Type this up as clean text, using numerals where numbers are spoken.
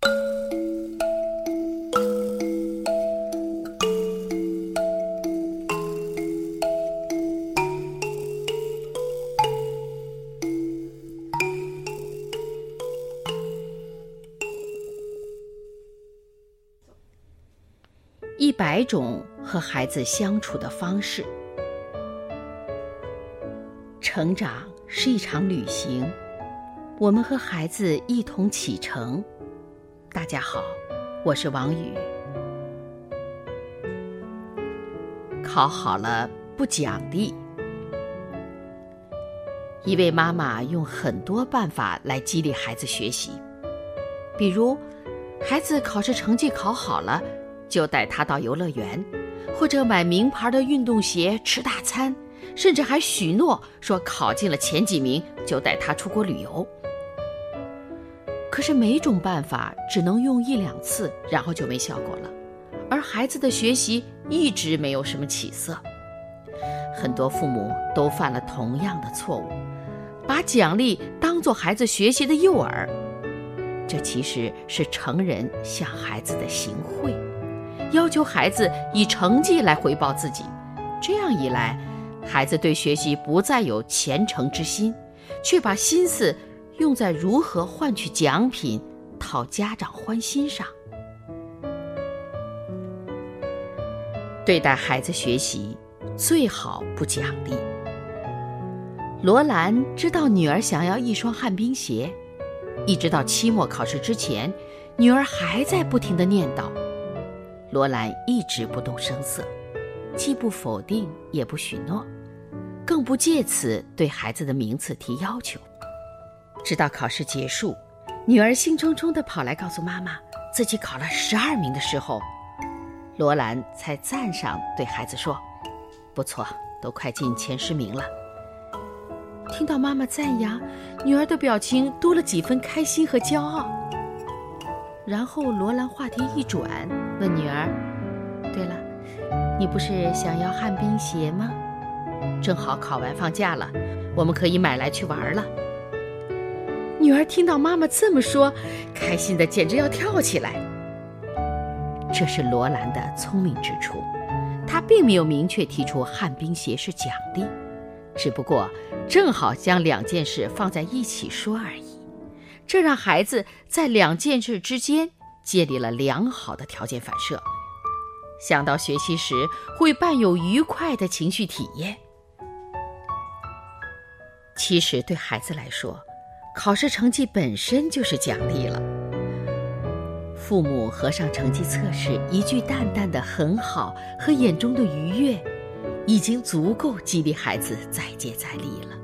100种和孩子相处的方式。成长是一场旅行，我们和孩子一同启程。大家好，我是王宇。考好了不奖励。一位妈妈用很多办法来激励孩子学习，比如孩子考试成绩考好了，就带他到游乐园，或者买名牌的运动鞋，吃大餐，甚至还许诺说考进了前几名就带他出国旅游。可是每种办法只能用1、2次，然后就没效果了，而孩子的学习一直没有什么起色。很多父母都犯了同样的错误，把奖励当作孩子学习的诱饵，这其实是成人向孩子的行贿，要求孩子以成绩来回报自己。这样一来，孩子对学习不再有虔诚之心，却把心思用在如何换取奖品、讨家长欢心上。对待孩子学习，最好不奖励。罗兰知道女儿想要一双旱冰鞋，一直到期末考试之前，女儿还在不停地念叨。罗兰一直不动声色，既不否定也不许诺，更不借此对孩子的名次提要求。直到考试结束，女儿兴冲冲地跑来告诉妈妈自己考了12名的时候，罗兰才赞赏对孩子说：不错，都快进前10名了。听到妈妈赞扬，女儿的表情多了几分开心和骄傲。然后罗兰话题一转，问女儿：对了，你不是想要旱冰鞋吗？正好考完放假了，我们可以买来去玩了。女儿听到妈妈这么说，开心的简直要跳起来。这是罗兰的聪明之处，他并没有明确提出旱冰鞋是奖励，只不过正好将2件事放在一起说而已。这让孩子在2件事之间建立了良好的条件反射，想到学习时会伴有愉快的情绪体验。其实对孩子来说，考试成绩本身就是奖励了。父母合上成绩测试，一句淡淡的很好和眼中的愉悦，已经足够激励孩子再接再厉了。